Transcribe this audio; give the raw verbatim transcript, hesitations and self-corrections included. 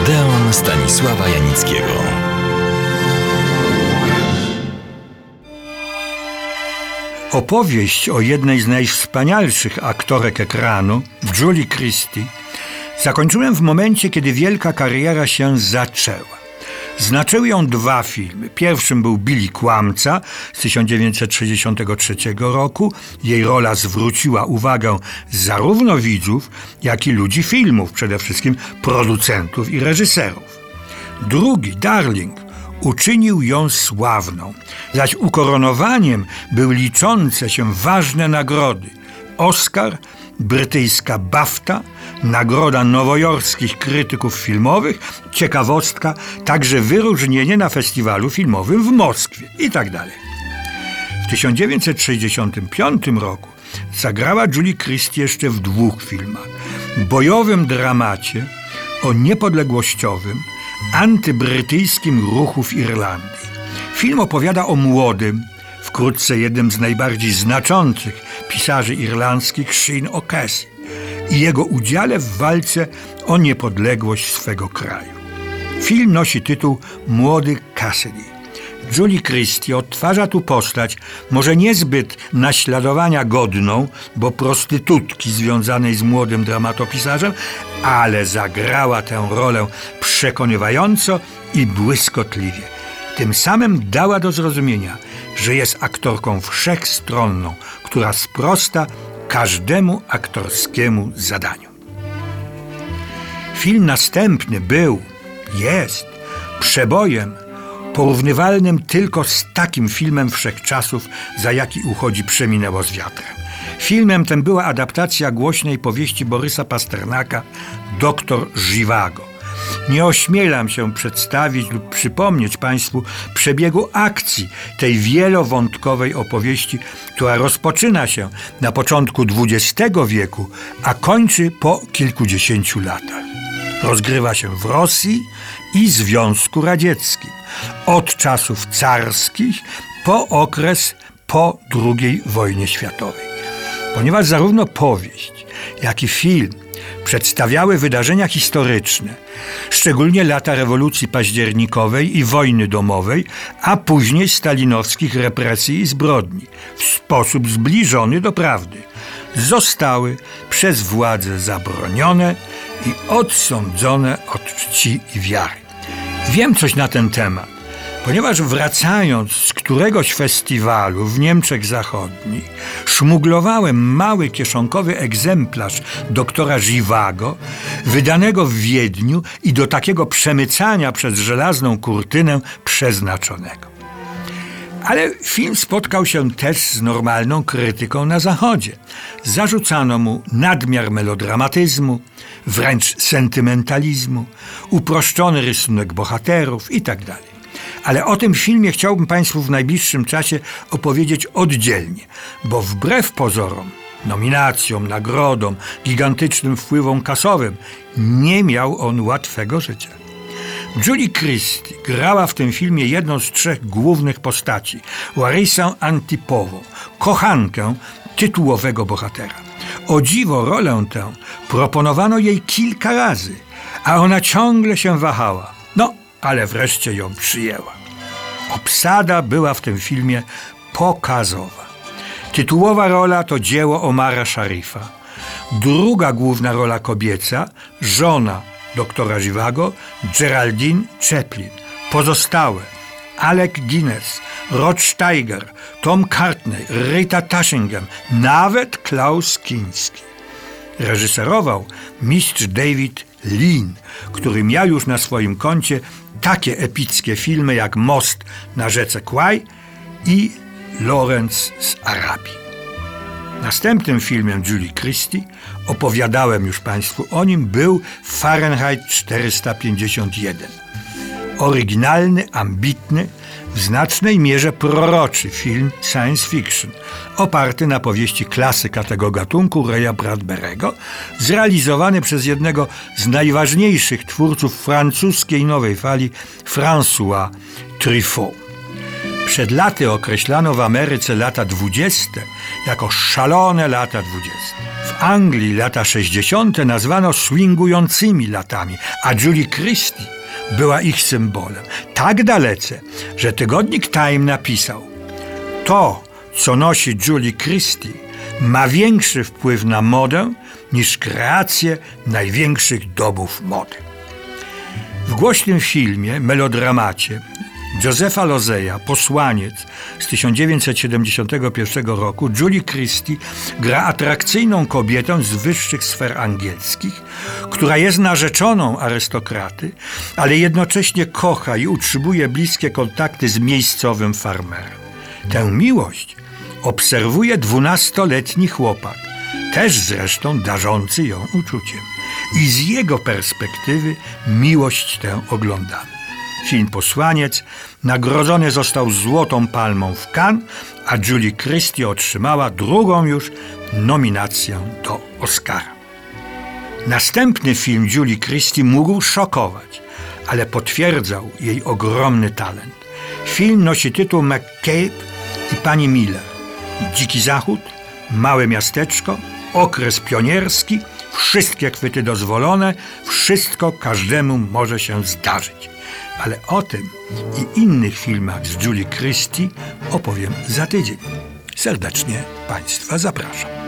Odeon Stanisława Janickiego. Opowieść o jednej z najwspanialszych aktorek ekranu, Julie Christie, zakończyłem w momencie, kiedy wielka kariera się zaczęła. Znaczyły ją dwa filmy. Pierwszym był Billy Kłamca z tysiąc dziewięćset sześćdziesiątego trzeciego roku. Jej rola zwróciła uwagę zarówno widzów, jak i ludzi filmów, przede wszystkim producentów i reżyserów. Drugi, Darling, uczynił ją sławną, zaś ukoronowaniem były liczące się ważne nagrody. Oscar, brytyjska BAFTA, nagroda nowojorskich krytyków filmowych, ciekawostka, także wyróżnienie na festiwalu filmowym w Moskwie i tak dalej. W tysiąc dziewięćset sześćdziesiątym piątym roku zagrała Julie Christie jeszcze w dwóch filmach. Bojowym dramacie o niepodległościowym, antybrytyjskim ruchu w Irlandii. Film opowiada o młodym, wkrótce jednym z najbardziej znaczących pisarzy irlandzkich, Sean O'Casey, i jego udziale w walce o niepodległość swego kraju. Film nosi tytuł Młody Cassidy. Julie Christie odtwarza tu postać może niezbyt naśladowania godną, bo prostytutki związanej z młodym dramatopisarzem, ale zagrała tę rolę przekonywająco i błyskotliwie. Tym samym dała do zrozumienia, że jest aktorką wszechstronną, która sprosta każdemu aktorskiemu zadaniu. Film następny był, jest przebojem porównywalnym tylko z takim filmem wszechczasów, za jaki uchodzi Przeminęło z wiatrem. Filmem tym była adaptacja głośnej powieści Borysa Pasternaka Doktor Żywago. Nie ośmielam się przedstawić lub przypomnieć Państwu przebiegu akcji tej wielowątkowej opowieści, która rozpoczyna się na początku dwudziestego wieku, a kończy po kilkudziesięciu latach. Rozgrywa się w Rosji i Związku Radzieckim, od czasów carskich po okres po drugiej wojnie światowej. Ponieważ zarówno powieść, jak i film przedstawiały wydarzenia historyczne, szczególnie lata rewolucji październikowej i wojny domowej, a później stalinowskich represji i zbrodni, w sposób zbliżony do prawdy, zostały przez władze zabronione i odsądzone od czci i wiary. Wiem coś na ten temat, ponieważ wracając z któregoś festiwalu w Niemczech Zachodnich, szmuglowałem mały kieszonkowy egzemplarz doktora Żywago, wydanego w Wiedniu i do takiego przemycania przez żelazną kurtynę przeznaczonego. Ale film spotkał się też z normalną krytyką na Zachodzie. Zarzucano mu nadmiar melodramatyzmu, wręcz sentymentalizmu, uproszczony rysunek bohaterów itd. Ale o tym filmie chciałbym Państwu w najbliższym czasie opowiedzieć oddzielnie, bo wbrew pozorom, nominacjom, nagrodom, gigantycznym wpływom kasowym, nie miał on łatwego życia. Julie Christie grała w tym filmie jedną z trzech głównych postaci, Larissę Antipową, kochankę tytułowego bohatera. O dziwo rolę tę proponowano jej kilka razy, a ona ciągle się wahała. No, ale wreszcie ją przyjęła. Obsada była w tym filmie pokazowa. Tytułowa rola to dzieło Omara Szarifa. Druga główna rola kobieca, żona doktora Żywago, Geraldine Chaplin. Pozostałe Alec Guinness, Rod Steiger, Tom Courtenay, Rita Taschingham, nawet Klaus Kinski. Reżyserował mistrz David Lean, który miał już na swoim koncie takie epickie filmy jak Most na rzece Kwaj i Lorenz z Arabii. Następnym filmem Julie Christie, opowiadałem już Państwu o nim, był Fahrenheit czterysta pięćdziesiąt jeden. Oryginalny, ambitny, w znacznej mierze proroczy film science fiction, oparty na powieści klasyka tego gatunku Raya Bradbury'ego, zrealizowany przez jednego z najważniejszych twórców francuskiej nowej fali, François Truffaut. Przed laty określano w Ameryce lata dwudzieste jako szalone lata dwudzieste. W W Anglii lata sześćdziesiąte nazwano swingującymi latami, a Julie Christie była ich symbolem. Tak dalece, że tygodnik Time napisał: to, co nosi Julie Christie, ma większy wpływ na modę niż kreacje największych domów mody. W głośnym filmie, melodramacie Josepha Lozeya Posłaniec z tysiąc dziewięćset siedemdziesiątego pierwszego roku Julie Christie gra atrakcyjną kobietę z wyższych sfer angielskich, która jest narzeczoną arystokraty, ale jednocześnie kocha i utrzymuje bliskie kontakty z miejscowym farmerem. Tę miłość obserwuje dwunastoletni chłopak, też zresztą darzący ją uczuciem. I z jego perspektywy miłość tę oglądamy. Film Posłaniec nagrodzony został Złotą Palmą w Cannes, a Julie Christie otrzymała drugą już nominację do Oscara. Następny film Julie Christie mógł szokować, ale potwierdzał jej ogromny talent. Film nosi tytuł McCabe i pani Miller. Dziki Zachód, małe miasteczko, okres pionierski, wszystkie chwyty dozwolone, wszystko każdemu może się zdarzyć. Ale o tym i innych filmach z Julie Christie opowiem za tydzień. Serdecznie Państwa zapraszam.